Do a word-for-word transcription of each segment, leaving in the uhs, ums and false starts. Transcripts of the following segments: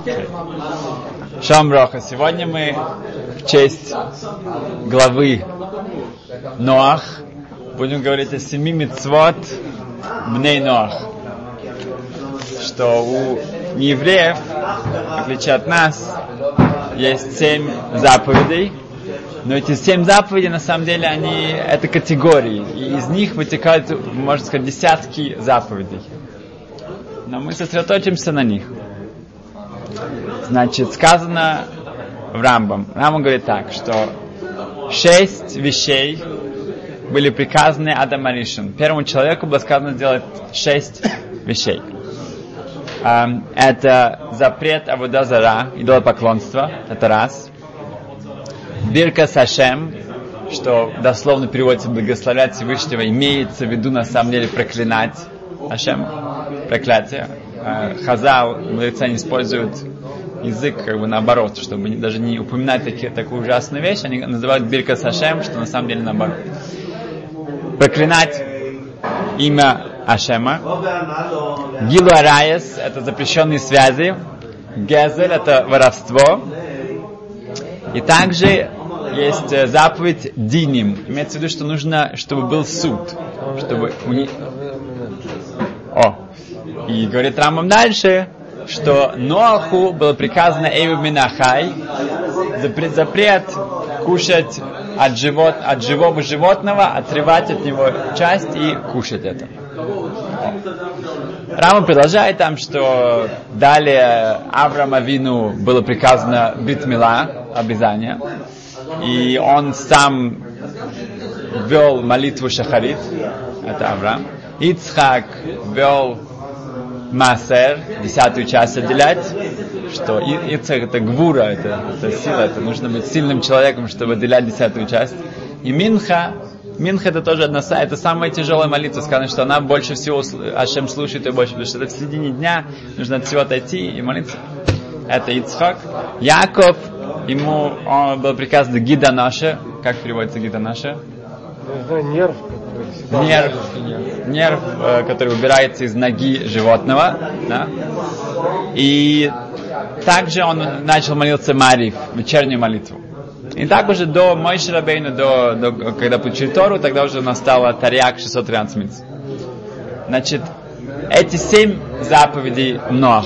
Шалом броха. Сегодня мы в честь главы Ноах будем говорить о семи мицвот бней Ноах. Что у неевреев, в отличие от нас, есть семь заповедей. Но эти семь заповедей, на самом деле, они это категории. И из них вытекают, можно сказать, десятки заповедей. Но мы сосредоточимся на них. Значит, сказано в Рамбам. Рамбам говорит так, что шесть вещей были приказаны Адам а-Ришон. Первому человеку было сказано сделать шесть вещей. Это запрет авода зара, идолопоклонства, это раз. Биркас Ашем, что дословно переводится благословлять Всевышнего, имеется в виду на самом деле проклинать Ашем, проклятие. Хазал, мудрецы, они используют язык как бы наоборот, чтобы даже не упоминать такие, такую ужасную вещь, они называют Биркас Ашем, что на самом деле наоборот. Проклинать имя Ашема. Гилу Арайес, это запрещенные связи. Гезель, это воровство. И также есть заповедь Диним. Имеется в виду, что нужно, чтобы был суд. Чтобы у них... О! И говорит Рамбам дальше, что Ноаху было приказано Эйву Минахай, запрет, запрет кушать от, живот, от живого животного, отрывать от него часть и кушать это. Рамбам продолжает там, что далее Аврааму Авину было приказано Брит Мила, обрезание, и он сам вел молитву Шахарит, это Авраам. Ицхак вел Маасер, десятую часть отделять, что Ицхак это гвура, это, это сила, это нужно быть сильным человеком, чтобы отделять десятую часть. И Минха, Минха это тоже одна, это самая тяжелая молитва, сказано, что она больше всего Ашем слушает и больше, потому что это в середине дня, нужно от всего отойти и молиться. Это Ицхак. Яков, ему он был приказан Гида Наша, как переводится Гида Наша? Нерв. Нерв, нерв, который убирается из ноги животного, да? И также он начал молиться Марив, вечернюю молитву. И так уже до Моше Рабейну, до, до, когда получили Тору, тогда уже настало Тарьяк шестьсот тринадцать мицвот. Значит, эти семь заповедей Ноах.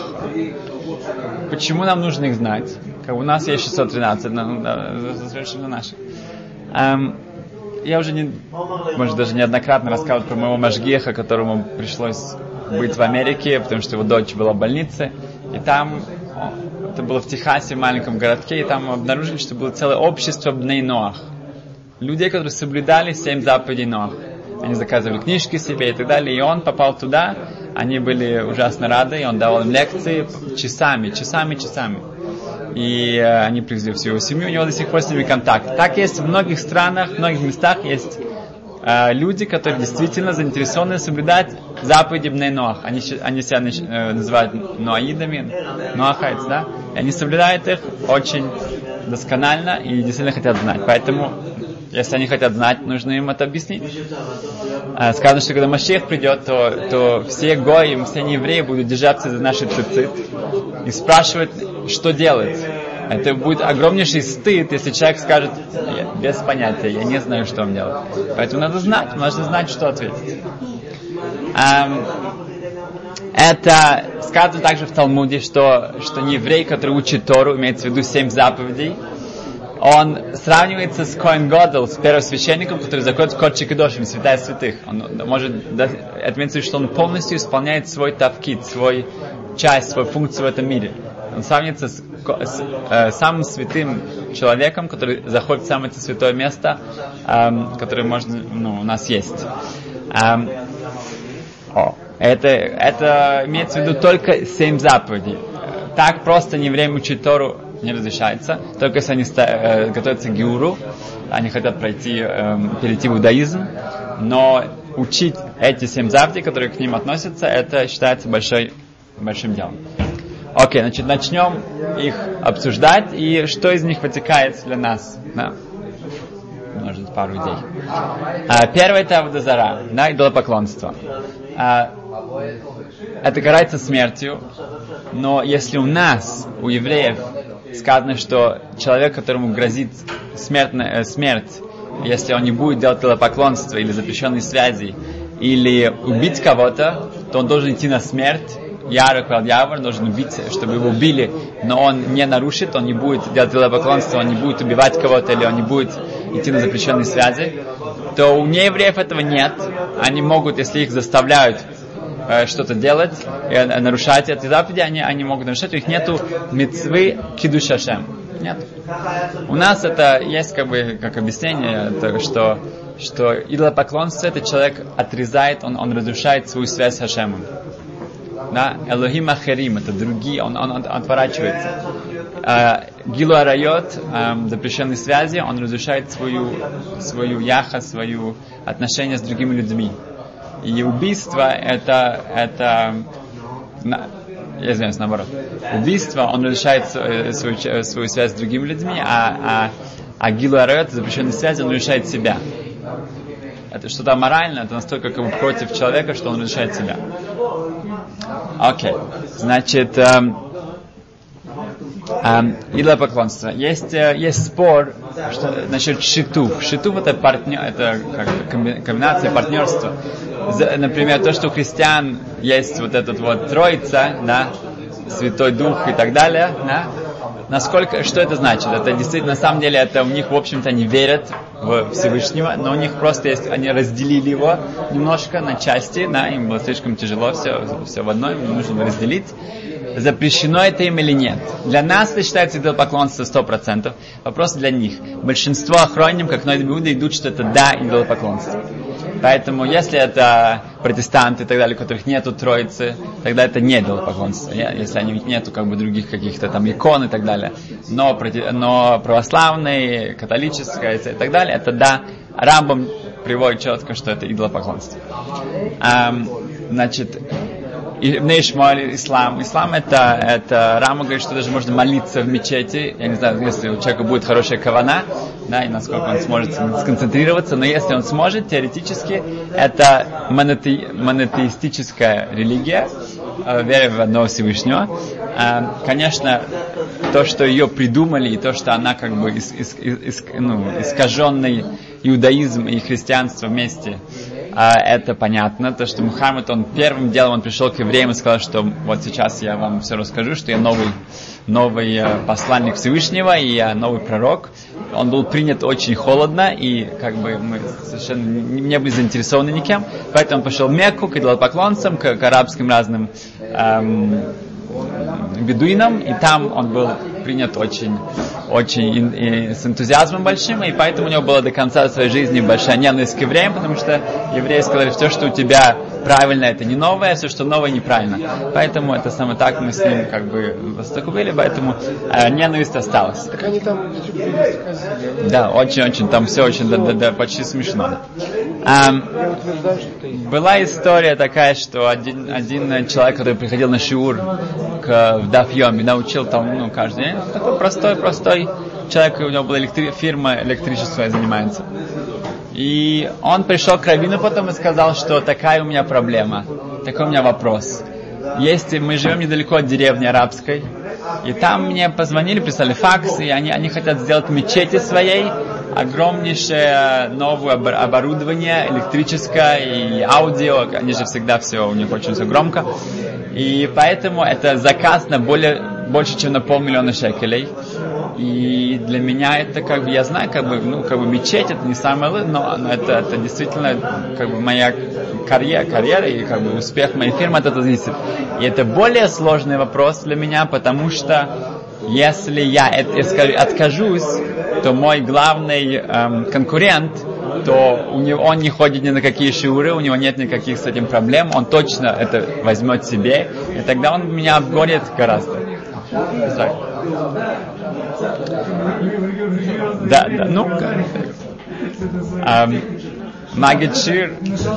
Почему нам нужно их знать? Как у нас есть шестьсот тринадцать, ну, да, совершенно наши. Эм, Я уже, не, может, даже неоднократно рассказывал про моего Машгеха, которому пришлось быть в Америке, потому что его дочь была в больнице. И там, это было в Техасе, в маленьком городке, и там обнаружили, что было целое общество Бней Ноах. Людей, которые соблюдали семь заповедей Ноах. Они заказывали книжки себе и так далее. И он попал туда, они были ужасно рады, и он давал им лекции часами, часами, часами. И э, они привезли всю его семью, у него до сих пор с ними контакт. Так есть в многих странах, в многих местах есть э, люди, которые действительно заинтересованы соблюдать заповеди Бней Ноах. Они, они себя э, называют ноаидами, ноахайц, да? И они соблюдают их очень досконально и действительно хотят знать. Поэтому, если они хотят знать, нужно им это объяснить. Э, сказано, что когда Машиах придет, то, то все гои, все неевреи будут держаться за наши цицит и спрашивать, что делать. Это будет огромнейший стыд, если человек скажет, без понятия, я не знаю, что вам делать. Поэтому надо знать, нужно знать, что ответить. Эм, это сказано также в Талмуде, что, что нееврей, который учит Тору, имеется в виду семь заповедей, он сравнивается с Коэн Годел, с первосвященником, который заходит в Кодши Кедошим, святая святых. Он может, это имеется в виду, что он полностью исполняет свой тавкид, свой часть, свою функцию в этом мире. Он сравнивается с, с э, самым святым человеком, который заходит в самое это святое место, э, которое можно, ну, у нас есть. Э, о, это, это имеется в виду только семь заповедей. Так просто не время учить Тору не разрешается. Только если они э, готовятся к гиуру, они хотят пройти, э, перейти в иудаизм. Но учить эти семь заповедей, которые к ним относятся, это считается большой, большим делом. Окей, значит, начнем их обсуждать, и что из них вытекает для нас, да? Может, пару идей. А, первое это авода зара, да, идолопоклонство. А, это карается смертью, Но если у нас, у евреев, сказано, что человек, которому грозит смертная, э, смерть, если он не будет делать идолопоклонство или запрещенные связи, или убить кого-то, то он должен идти на смерть. Ярок, Явр должен убить, чтобы его убили, но он не нарушит, он не будет делать идолопоклонство, он не будет убивать кого-то, или он не будет идти на запрещенные связи, то у неевреев этого нет. Они могут, если их заставляют э, что-то делать, э, нарушать эти заповеди, они, они могут нарушать, у них нету мицвы кидуш Ашем. Нет. У нас это есть как бы как объяснение, это, что, что идолопоклонство, это человек отрезает, он, он разрушает свою связь с Ашемом. Да, Элохим Ахерим, это другие, он, он, он отворачивается. Гилу Арайот, запрещенные связи, он разрушает свою, свою яха, свою отношения с другими людьми. И убийство это, это на, я извиняюсь, наоборот. Убийство, он разрушает свою, свою связь с другими людьми, а, а, а Гилу Арайот, запрещенные связи, он разрушает себя. Это что-то аморальное, это настолько как бы против человека, что он разрушает себя. Окей, okay. Значит, эм, эм, идолопоклонство. Есть, э, есть спор, что насчет шитуф. Шитуф это партнер, это как комбинация партнерства. За, например, то, что у христиан есть вот этот вот Троица, да, Святой Дух и так далее, да. Насколько, что это значит? Это действительно, на самом деле, это у них, в общем-то, они верят в Всевышнего, но у них просто есть, они разделили его немножко на части, да, им было слишком тяжело все, все в одной, им нужно разделить. Запрещено это им или нет? Для нас это считается идолопоклонство сто процентов. Вопрос для них. Большинство охроним, как Ноид Иуда, идут, что это да, идолопоклонство. Поэтому, если это протестанты и так далее, у которых нету Троицы, тогда это не идолопоклонство. Если у них нету как бы других каких-то там икон и так далее. Но, но православные, католическое и так далее, это да. Рамбам приводит четко, что это идолопоклонство. Um, значит, и в Нейшмоле ислам. Ислам это, это Рама говорит, что даже можно молиться в мечети. Я не знаю, если у человека будет хорошая кавана, да, и насколько он сможет сконцентрироваться, но если он сможет, теоретически, это монотеи, монотеистическая религия, э, вера в одного Всевышнего. Э, конечно, то, что ее придумали, и то, что она как бы ис, ис, ис, ну, искаженный иудаизм и христианство вместе, А, это понятно, то что Мухаммед, он первым делом он пришел к евреям и сказал, что вот сейчас я вам все расскажу, что я новый, новый посланник Всевышнего и я новый пророк. Он был принят очень холодно, и как бы мы совершенно не были заинтересованы никем, поэтому он пошел в Мекку к идолопоклонцам, к, к арабским разным эм, бедуинам, и там он был принят очень, очень и, и с энтузиазмом большим, и поэтому у него была до конца своей жизни большая ненависть к евреям, потому что евреи сказали, все, что у тебя правильно, это не новое, а все, что новое, неправильно. Поэтому это самое так, мы с ним как бы поступили, поэтому э, ненависть осталась. Так они там да, очень-очень, там все очень, да, да, да, почти смешно. А, была история такая, что один, один человек, который приходил на шиур к, в Даф Йоми, научил там, ну, каждый день, такой простой, простой человек, у него была электри- фирма электричества занимается. И он пришел к раввину потом и сказал, что такая у меня проблема, такой у меня вопрос. Есть, мы живем недалеко от деревни арабской, и там мне позвонили, прислали факс, и они, они хотят сделать мечети своей, огромнейшее новое оборудование, электрическое и аудио, они же всегда все, у них очень все громко, и поэтому это заказ на более, больше, чем на полмиллиона шекелей. И для меня это как бы, я знаю, как бы, ну, как бы мечеть, это не самое лучшее, но, но это, это действительно как бы моя карьера, карьера и как бы успех моей фирмы от этого зависит. И это более сложный вопрос для меня, потому что если я это, откажусь, то мой главный эм, конкурент, то у него, он не ходит ни на какие шиуры, у него нет никаких с этим проблем, он точно это возьмет себе, и тогда он меня обгонит гораздо. Sorry. Да, да, ну, um, Магид Шир.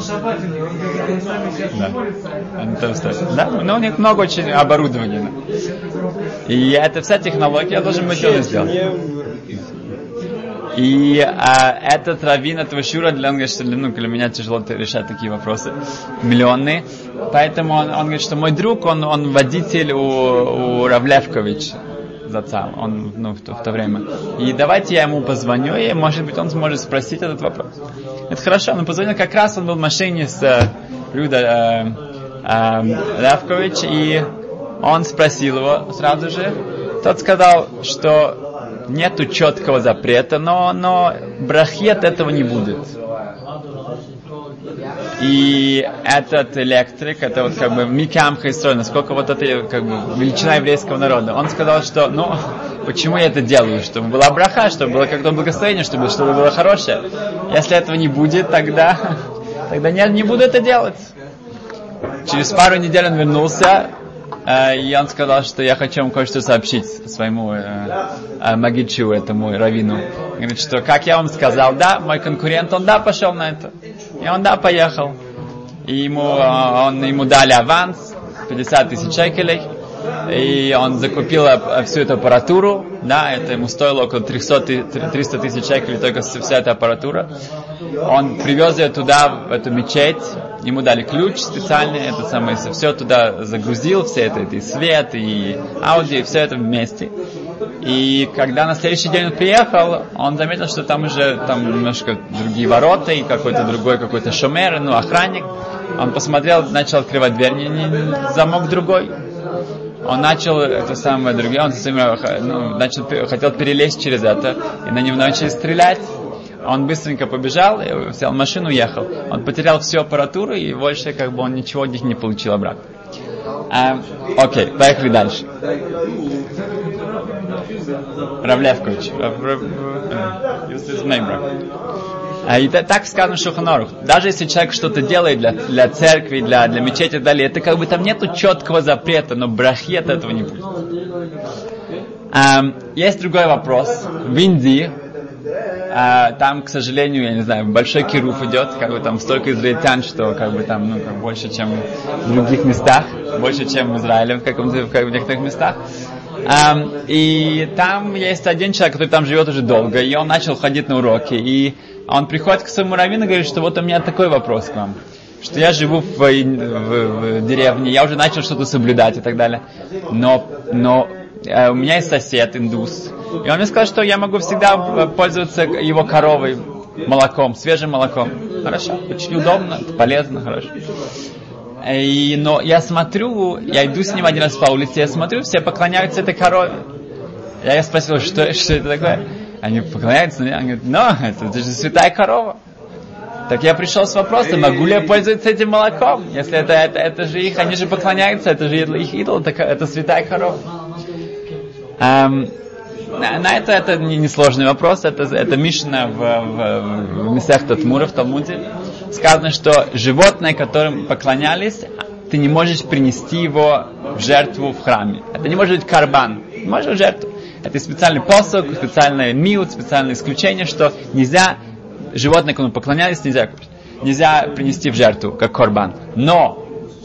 Да. Да, но у них много очень оборудования. И это вся технология, я должен быть это сделать. И а, этот раввин этого шура, для, он говорит, что для, ну, для меня тяжело решать такие вопросы, миллионные. поэтому он, он говорит, что мой друг, он, он водитель у, у Рав Левковича зацал, он, ну, в, то, в то время. И давайте я ему позвоню, и, может быть, он сможет спросить этот вопрос. Это хорошо, он позвонил, как раз он был в машине с э, Люда э, э, Левкович, и он спросил его сразу же. Тот сказал, что нету четкого запрета, но, но брахет этого не будет. И этот электрик, это вот как бы Микамха Исрой, насколько вот это как бы величина еврейского народа. Он сказал, что, ну, почему я это делаю? Чтобы была браха, чтобы было как-то благословение, чтобы, чтобы было хорошее. Если этого не будет, тогда, тогда не, не буду это делать. Через пару недель он вернулся, э, и он сказал, что я хочу вам кое-что сообщить своему э, э, магичу, этому раввину. Говорит, что как я вам сказал, да, мой конкурент, он да, пошел на это. И он да, поехал. И ему, он, ему дали аванс, пятьдесят тысяч шекелей. И он закупил всю эту аппаратуру. Да, это ему стоило около триста тысяч шекелей, только вся эта аппаратура. Он привез ее туда, в эту мечеть. Ему дали ключ специальный, это самое, все туда загрузил, все это, и свет, и аудио, и все это вместе. И когда на следующий день он приехал, он заметил, что там уже там немножко другие ворота и какой-то другой, какой-то шомер, ну, охранник. Он посмотрел, начал открывать дверь, не, не, замок другой. Он начал это самое другое, он ну, начал, хотел перелезть через это, и на него начали стрелять. Он быстренько побежал, сел в машину, уехал. Он потерял всю аппаратуру, и больше как бы он ничего от них не получил обратно. А, окей, поехали дальше. Рав Левкович. А, и так сказано в Шулхан Арух. Даже если человек что-то делает для, для церкви, для, для мечети и так далее, это как бы там нету четкого запрета, но брахи от этого не будет. А, есть другой вопрос. В Индии А, там, к сожалению, я не знаю, большой кируф идет, как бы там столько израильтян, что как бы там, ну, как больше, чем в других местах, больше, чем в Израиле, в, как, в, как в некоторых местах. А, и там есть один человек, который там живет уже долго, и он начал ходить на уроки, и он приходит к своему раввину и говорит, что вот у меня такой вопрос к вам, что я живу в, в, в, в деревне, я уже начал что-то соблюдать и так далее, но, но у меня есть сосед, индус, и он мне сказал, что я могу всегда пользоваться его коровой, молоком, свежим молоком. Хорошо, очень удобно, полезно, хорошо. И, но я смотрю, я иду с ним один раз по улице, я смотрю, все поклоняются этой корове. Я их спросил, что, что это такое? Они поклоняются, они говорят, ну, это, это же святая корова. Так я пришел с вопросом, могу ли я пользоваться этим молоком? Если это, это, это же их, они же поклоняются, это же их идол, это, это святая корова. Um, на, на это это несложный не вопрос, это, это Мишна в, в, в Месехтот Мура, в Талмуде. Сказано, что животное, которым поклонялись, ты не можешь принести его в жертву в храме. Это не может быть карбан, не можешь в жертву. Это специальный посох, специальный миут, специальное исключение, что нельзя, животное, которому поклонялись, нельзя, нельзя принести в жертву, как карбан. Но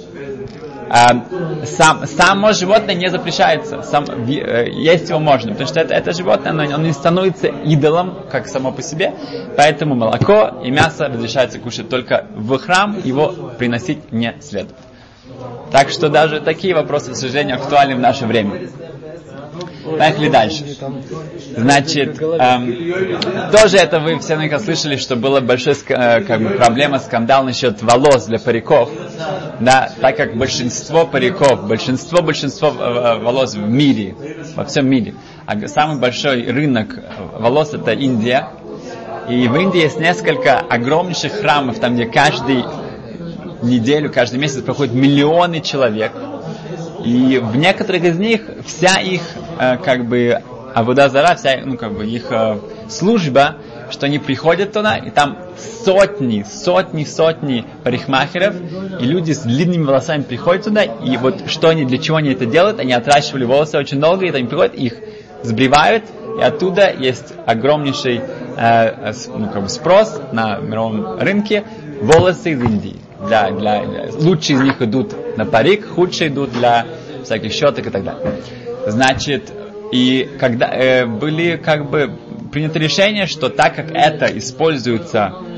Uh, сам, само животное не запрещается, сам, uh, есть его можно, потому что это, это животное, оно, оно не становится идолом, как само по себе, поэтому молоко и мясо разрешается кушать только в храм, его приносить не следует. Так что даже такие вопросы, к сожалению, актуальны в наше время. Поехали дальше. Значит, эм, тоже это вы все наверняка слышали, что была большая э, как бы, проблема, скандал насчет волос для париков. Да, так как большинство париков, большинство, большинство э, волос в мире, во всем мире, а самый большой рынок волос это Индия. И в Индии есть несколько огромнейших храмов, там где каждую неделю, каждый месяц проходят миллионы человек. И в некоторых из них вся их, э, как бы, авода зара, вся, ну, как бы, их э, служба, что они приходят туда, и там сотни, сотни, сотни парикмахеров, и люди с длинными волосами приходят туда, и вот что они, для чего они это делают, они отращивали волосы очень долго, и они приходят, их сбривают, и оттуда есть огромнейший э, ну, как бы спрос на мировом рынке волосы из Индии. Для, для, для, лучшие из них идут на парик, худшие идут для всяких щеток и так далее. Значит, и когда э, были как бы принято решение, что так как это используется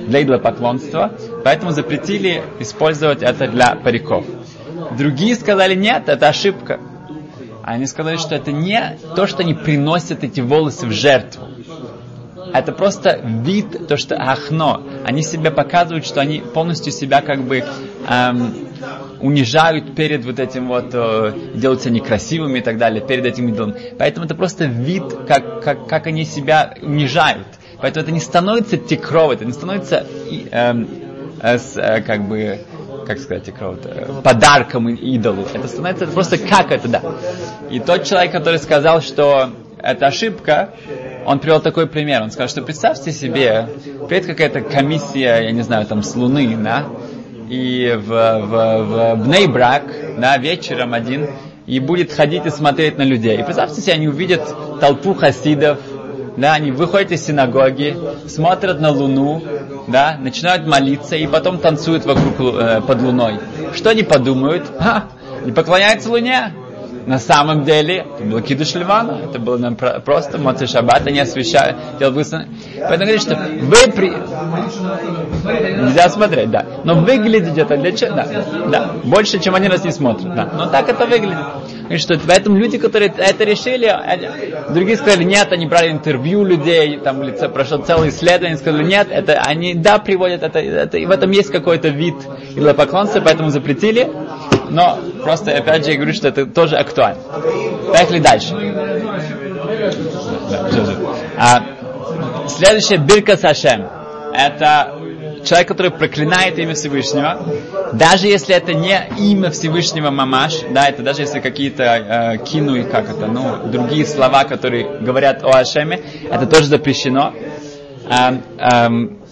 для идолопоклонства, поэтому запретили использовать это для париков. Другие сказали, нет, это ошибка. Они сказали, что это не то, что они приносят эти волосы в жертву. Это просто вид, то, что ахно. Они себя показывают, что они полностью себя как бы эм, унижают перед вот этим вот, э, делают себя некрасивыми и так далее, перед этим идолом. Поэтому это просто вид, как, как, как они себя унижают. Поэтому это не становится тикров, это не становится э, э, с, э, как бы, как сказать, тикров, э, подарком идолу. Это становится просто как это, да. И тот человек, который сказал, что это ошибка, он привел такой пример. Он сказал, что представьте себе, приедет какая-то комиссия, я не знаю, там с Луны, да, и в, в, в Бней-Брак, да, вечером один, и будет ходить и смотреть на людей. И представьте себе, они увидят толпу хасидов, да, они выходят из синагоги, смотрят на Луну, да, начинают молиться и потом танцуют вокруг, э, под Луной. Что они подумают? Ха, не поклоняются Луне. На самом деле, это было кидуш левана, это было нам просто моцей шаббат, они освящают, делают выставку. Поэтому говорит, что вы при... Нельзя смотреть, да. Но выглядит это для чего? Да, да. Больше, чем они нас не смотрят, да. Но так это выглядит. И что, поэтому люди, которые это решили, другие сказали, нет, они брали интервью людей, там лицо прошло целое исследование, сказали, нет, это они, да, приводят это, это и в этом есть какой-то вид идолопоклонства, поэтому запретили. Но просто, опять же, я говорю, что это тоже актуально. Поехали дальше. А, следующее, Биркас Ашем. Это человек, который проклинает имя Всевышнего. Даже если это не имя Всевышнего Мамаш, да, это даже если какие-то э, кину, как это, ну, другие слова, которые говорят о Ашеме, это тоже запрещено. А, а,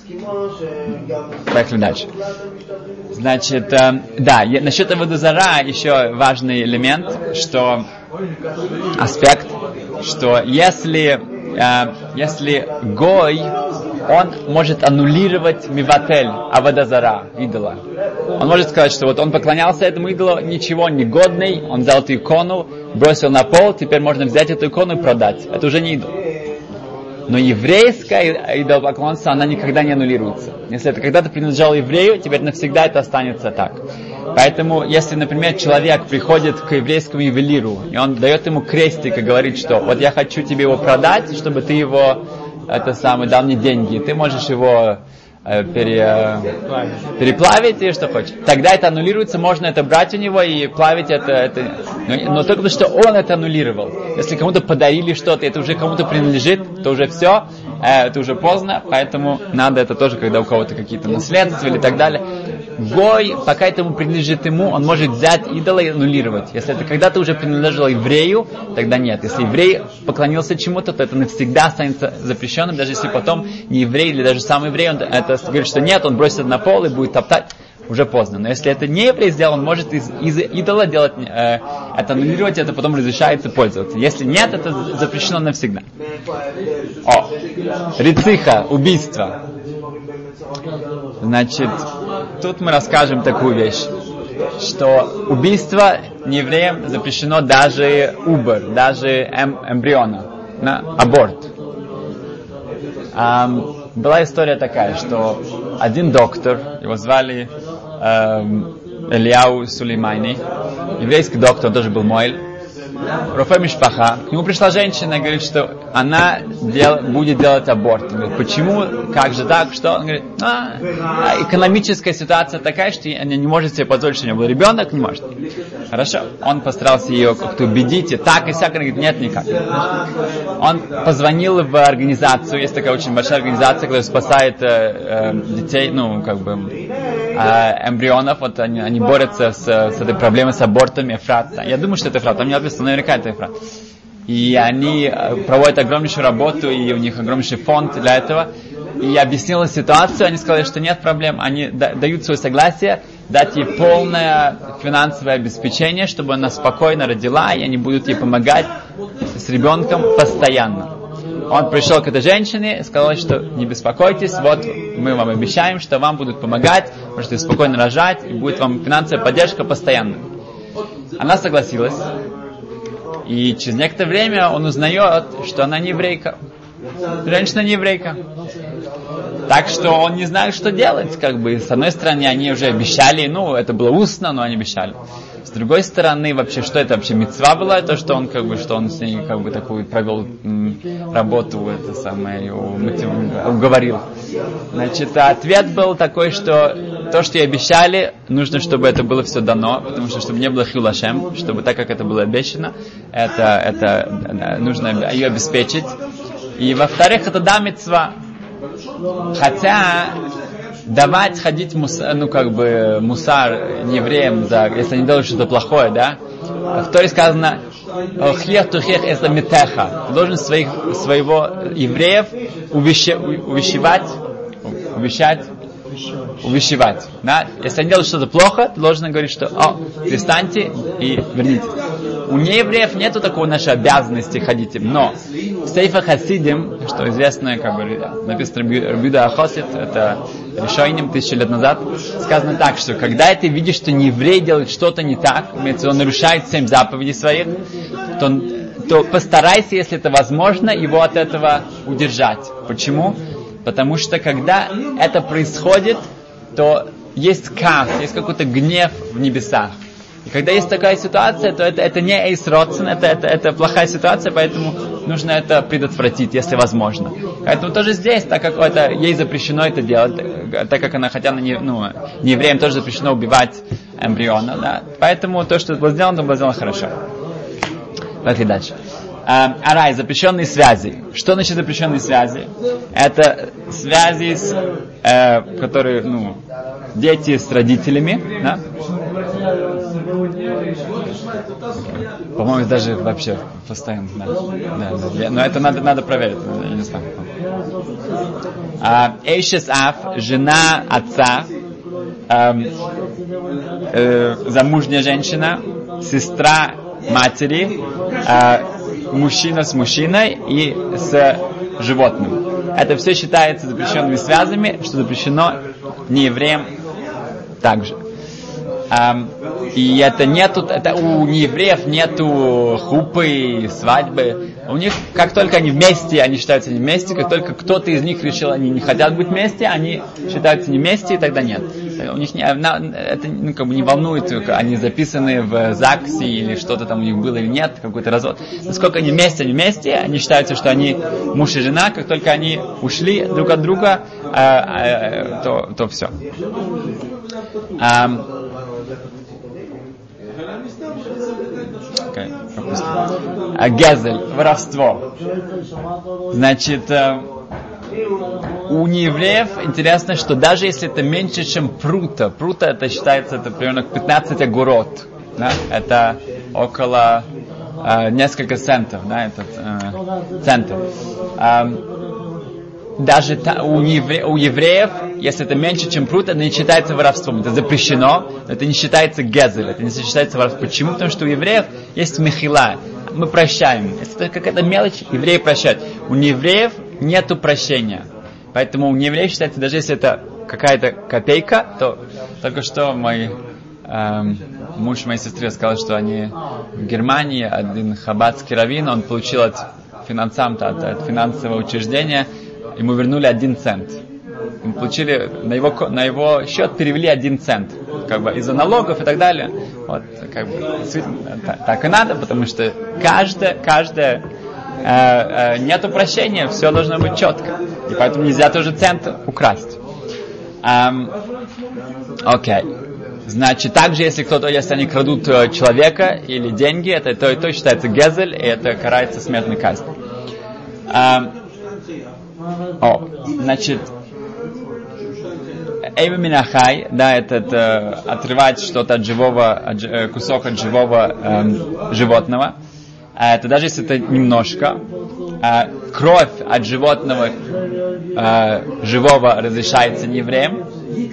поехали дальше. Значит, э, да, я, насчет Аводазара еще важный элемент, что аспект, что если, э, если Гой, он может аннулировать Миватель, Аводазара, идола. Он может сказать, что вот он поклонялся этому идолу, ничего, он негодный, он взял эту икону, бросил на пол, теперь можно взять эту икону и продать. Это уже не идол. Но еврейское идолопоклонство, она никогда не аннулируется. Если это когда-то принадлежало еврею, теперь навсегда это останется так. Поэтому, если, например, человек приходит к еврейскому ювелиру, и он дает ему крестик и говорит, что вот я хочу тебе его продать, чтобы ты его, это самое, дал мне деньги, ты можешь его э, пере, э, переплавить и что хочешь. Тогда это аннулируется, можно это брать у него и плавить это. это но, но только потому, что он это аннулировал. Если кому-то подарили что-то, это уже кому-то принадлежит, то уже все, э, это уже поздно, поэтому надо это тоже, когда у кого-то какие-то наследства или так далее. Гой, пока этому принадлежит ему, он может взять идола и аннулировать. Если это когда-то уже принадлежало еврею, тогда нет. Если еврей поклонился чему-то, то это навсегда останется запрещенным, даже если потом не еврей или даже сам еврей, он это говорит, что нет, он бросит на пол и будет топтать, уже поздно. Но если это не еврей сделал, он может из, из идола делать, э, это аннулировать, это потом разрешается пользоваться. Если нет, это запрещено навсегда. О, рациха, убийство. Значит, тут мы расскажем такую вещь, что убийство неевреям запрещено даже убор, даже эм, эмбриона, на аборт. Um, была история такая, что один доктор, его звали um, Элияу Сулеймани, еврейский доктор, он тоже был Моэль, Рофе Мишпаха, к нему пришла женщина и говорит, что она дел, будет делать аборт. Он говорит, почему? Как же так? Что? Он говорит, а, экономическая ситуация такая, что она не может себе позволить, что у нее был ребенок, не может. Хорошо. Он постарался ее как-то убедить, и так, и сяк, она говорит, нет, никак. Он позвонил в организацию, есть такая очень большая организация, которая спасает э, э, детей, ну, как бы, э, эмбрионов, вот они, они борются с, с этой проблемой с абортами, Эфрат. Я думаю, что это Эфрат, там не написано, наверняка это Эфрат. И они проводят огромнейшую работу, и у них огромнейший фонд для этого. И я объяснила ситуацию, они сказали, что нет проблем, они да, дают свое согласие, дать ей полное финансовое обеспечение, чтобы она спокойно родила, и они будут ей помогать с ребенком постоянно. Он пришел к этой женщине и сказал, что не беспокойтесь, вот мы вам обещаем, что вам будут помогать, можете спокойно рожать, и будет вам финансовая поддержка постоянно. Она согласилась, и через некоторое время он узнает, что она не еврейка. женщина не еврейка. Так что он не знает, что делать. Как бы, с одной стороны, они уже обещали, ну, это было устно, но они обещали. С другой стороны, вообще, что это вообще мицва была, то, что он, как бы, что он с ней, как бы, такую провел м, работу, это самое, уговорил. Значит, ответ был такой, что то, что и обещали, нужно, чтобы это было все дано, потому что, чтобы не было хилул Ашем, чтобы так, как это было обещано, это, это нужно ее обеспечить. И, во-вторых, это да, мицва. Хотя давать ходить мусар, ну как бы мусар евреям, за, если они делают что-то плохое, да? В Торе сказано: "Хех тухех это митеха". Ты должен своих своего евреев увещевать, увещевать, увещать, увещевать. Да? Если они делают что-то плохо, ты должен говорить, что: "О, перестаньте и верните". У неевреев нету такой нашей обязанности ходить им, но в Сейфа Хасидим, что известно, как бы написано Рабиуда Ахосит, это решением тысячи лет назад, сказано так, что когда ты видишь, что нееврей делает что-то не так, он нарушает семь заповедей своих, то, то постарайся, если это возможно, его от этого удержать. Почему? Потому что когда это происходит, то есть кас, есть какой-то гнев в небесах. И когда есть такая ситуация, то это, это не эйс родсен, это, это, это плохая ситуация, поэтому нужно это предотвратить, если возможно. Поэтому тоже здесь, так как это, ей запрещено это делать, так как она, хотя она не, ну, не евреям тоже запрещено убивать эмбриона, да, поэтому то, что было сделано, то было сделано хорошо. Поехали дальше. А, арай, запрещенные связи. Что значит запрещенные связи? Это связи, с, э, которые, ну, дети с родителями, да? По-моему, даже вообще постоянно. Да. Да, да. Но это надо, надо проверить, я не знаю. Эйшес Аф, жена отца, э, э, замужняя женщина, сестра матери, э, мужчина с мужчиной и с животным. Это все считается запрещенными связями, что запрещено неевреям также. Um, и это нету, это у неевреев нету хупы, свадьбы. У них, как только они вместе, они считаются не вместе, как только кто-то из них решил, они не хотят быть вместе, они считаются не вместе, и тогда нет. У них не, это ну, как бы не волнует, они записаны в ЗАГСе или что-то там у них было или нет, какой-то развод. Насколько они вместе, они вместе, они считаются, что они муж и жена, как только они ушли друг от друга, э, э, то, то все. Um, okay, а гезель, воровство. Значит, э, у неевреев интересно, что даже если это меньше, чем прута, прута это считается, это примерно пятнадцать агурот, да? Это около э, несколько центов, да, этот э, центов. Э, даже та, у, евре, у евреев, если это меньше, чем прут, это не считается воровством. Это запрещено, но это не считается гезель, это не считается воровством. Почему? Потому что у евреев есть мехила. Мы прощаем. Если это какая-то мелочь, евреи прощают. У неевреев нету прощения. Поэтому у неевреев считается, даже если это какая-то копейка, то только что мой эм, муж моей сестры сказал, что они в Германии, один хаббатский раввин, он получил от финансанта, от, от финансового учреждения, ему вернули один цент. Мы получили, на его, на его счет перевели один цент. Как бы из-за налогов и так далее. Вот, как бы, так, так и надо, потому что каждое, каждое э, э, нету прощения, все должно быть четко. И поэтому нельзя тоже цент украсть. Эм, окей. Значит, также, если кто-то, если они крадут человека или деньги, это то и то считается гезель, и это карается смертной казнью. Эм, О, значит, Эйва Минахай, да, это, это отрывать что-то от живого, от, э, кусок от живого э, животного. А это даже если это немножко. А кровь от животного э, живого разрешается неевреям.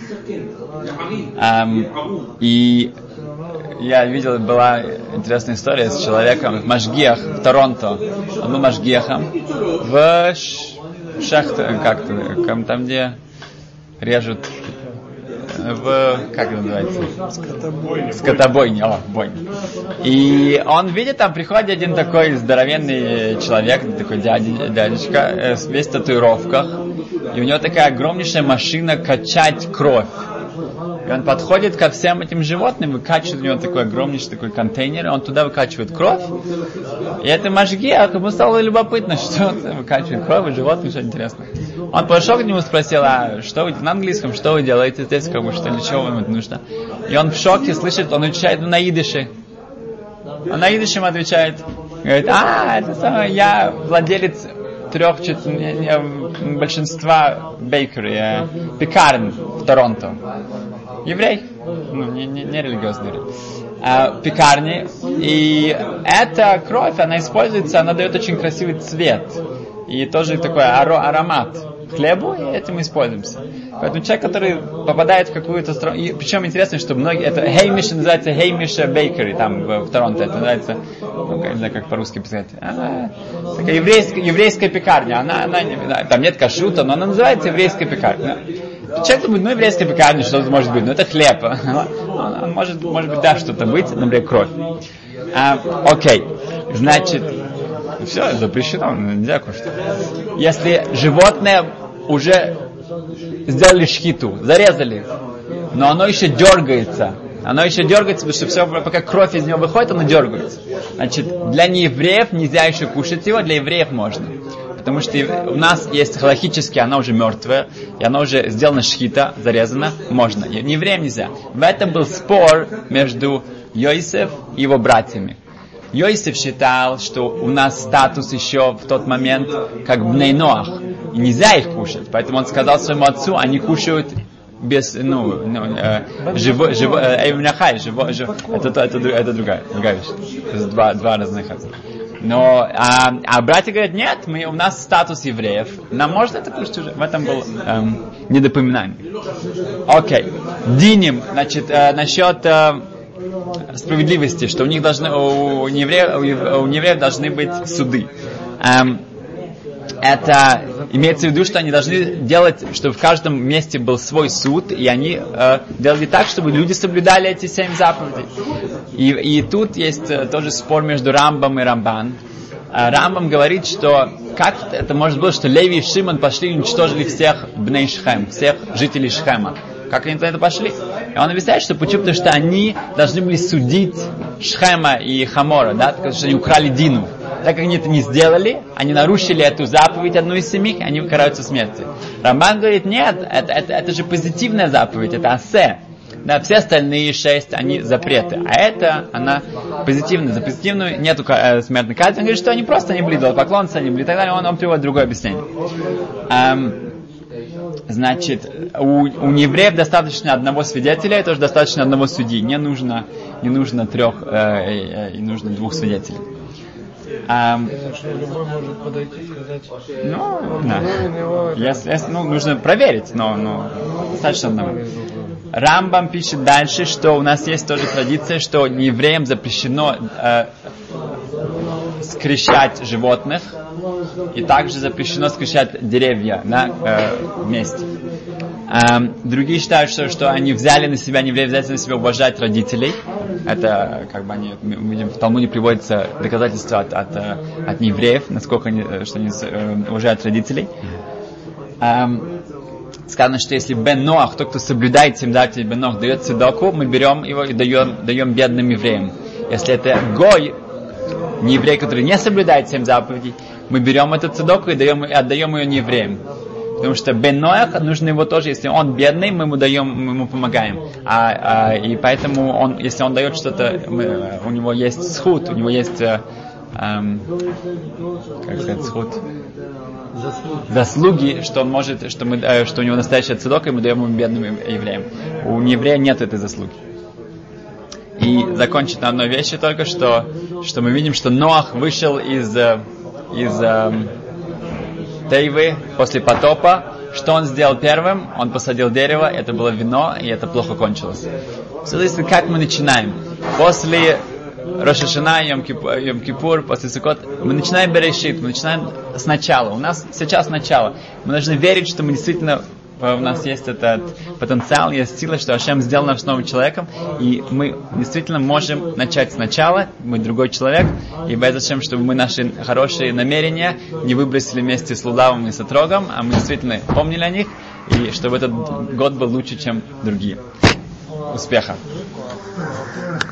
Um, и я видел, была интересная история с человеком в Машгиах, в Торонто. Он был Машгиахом в шахте, как-то, там, где режут в, как это называется? Скотобойня. Скотобойня, о, бойня. И он видит, там приходит один такой здоровенный человек, такой дядя, дядечка, весь в татуировках, и у него такая огромнейшая машина качать кровь. И он подходит ко всем этим животным, выкачивает у него такой огромнейший такой контейнер, и он туда выкачивает кровь. И это Машгиах, ему стало любопытно, что он выкачивает кровь у животных, что интересно. Он подошел к нему и спросил, а что вы на английском, что вы делаете здесь, как бы, что, для чего вам это нужно? И он в шоке слышит, он отвечает на идише. Он на идише ему отвечает, говорит, а, это самое, я владелец трех, большинства бейкери, э, пекарен в Торонто. Еврей, ну, не, не, не религиозный, а, пекарни. И эта кровь, она используется, она дает очень красивый цвет. И тоже такой аро- аромат хлебу, и этим мы используемся. Поэтому человек, который попадает в какую-то страну, и причем интересно, что многие, это Хеймиш называется Хеймиш Бейкери, там в, в Торонто, это называется, ну, не знаю, как по-русски сказать, она, такая еврейская, еврейская пекарня, она, она, там нет кашрута, но она называется еврейская пекарня. Человек думает, ну, еврейская пекарня, что это может быть, ну, это хлеб, он может, может быть, да, что-то быть, например, кровь. А, окей, значит, все, запрещено, нельзя кушать. Если животное уже сделали шхиту, зарезали, но оно еще дергается, оно еще дергается, потому что все, пока кровь из него выходит, оно дергается. Значит, для неевреев нельзя еще кушать его, для евреев можно. Потому что у нас есть халахически, она уже мертвая, и она уже сделана шхита, зарезана, можно. Неевреям нельзя. В этом был спор между Йосеф и его братьями. Йосеф считал, что у нас статус еще в тот момент как бней Ноах, и нельзя их кушать. Поэтому он сказал своему отцу, они кушают без, ну, ну э, живо, живо, э, живо, живо, это, это, это, это другая, другая вещь. Это два, два разных. Но, а, а братья говорят, нет, мы, у нас статус евреев, нам можно это кушать уже. В этом было эм, недопоминание. Окей. Диним, значит, э, насчет э, справедливости, что у них должны, у, у, неевреев, у, у неевреев должны быть суды. Эм, это имеется в виду, что они должны делать, чтобы в каждом месте был свой суд, и они э, делали так, чтобы люди соблюдали эти семь заповедей. И, и тут есть э, тоже спор между Рамбом и Рамбан. Э, Рамбам говорит, что как это может быть, что Леви и Шимон пошли и уничтожили всех бней Шхем, всех жителей Шхема. Как они на это пошли? И он объясняет, что почему? Потому что они должны были судить Шхема и Хамора, да, потому что они украли Дину. Так как они это не сделали, они нарушили эту заповедь, одну из семи, они караются смертью. Рамбан говорит, нет, это, это, это же позитивная заповедь, это асе. Да, все остальные шесть, они запреты. А это, она позитивная. За позитивную нету э, смертной казни. Он говорит, что они просто не были идолопоклонцы, они были и так далее. Он, он приводит другое объяснение. Эм, значит, у, у неевреев достаточно одного свидетеля, и тоже достаточно одного судьи. Не нужно, не нужно трех, э, э, э, нужно двух свидетелей. Um, любой может подойти и сказать, ну, да. Если, если, ну, нужно проверить, но, но достаточно одного. Рамбам пишет дальше, что у нас есть тоже традиция, что неевреям запрещено э, скрещать животных, и также запрещено скрещать деревья, да, э, вместе. Эм, другие считают, что, что они взяли на себя, не взяли на себя уважать родителей. Это, как бы, они, мы видим, в Талмуде приводится доказательства от, от, от неевреев, насколько они, что они э, уважают родителей. Эм, сказано, что если Бен Ноах, тот, кто соблюдает семь заповедей Бен Ноах, дает цедаку, мы берем его и даем, даем бедным евреям. Если это Гой, не еврей, который не соблюдает семь заповедей, мы берем эту цедаку и, даем, и отдаем ее неевреям. Потому что Бен Ноах, нужно его тоже, если он бедный, мы ему даем, мы ему помогаем. А, а, и поэтому он, если он дает что-то, мы, у него есть схуд, у него есть, э, эм, как сказать, схуд? Заслуги. Заслуги, что он может, что, мы, э, что у него настоящая цедока, и мы даем ему бедным евреям. У нееврея нет этой заслуги. И закончить на одной вещи только, что, что мы видим, что Ноах вышел из, из э, Тейвы после потопа. Что он сделал первым? Он посадил дерево, это было вино, и это плохо кончилось. Все зависит, как мы начинаем. После Рош ха-Шана, Йом-Кипур, после Суккот, мы начинаем Берешит, мы начинаем сначала. У нас сейчас начало. Мы должны верить, что мы действительно у нас есть этот потенциал, есть сила, что Ашем сделал нас новым человеком, и мы действительно можем начать сначала, мы другой человек, и без Ашем, чтобы мы наши хорошие намерения не выбросили вместе с Лулавом и с Отрогом, а мы действительно помнили о них, и чтобы этот год был лучше, чем другие. Успеха!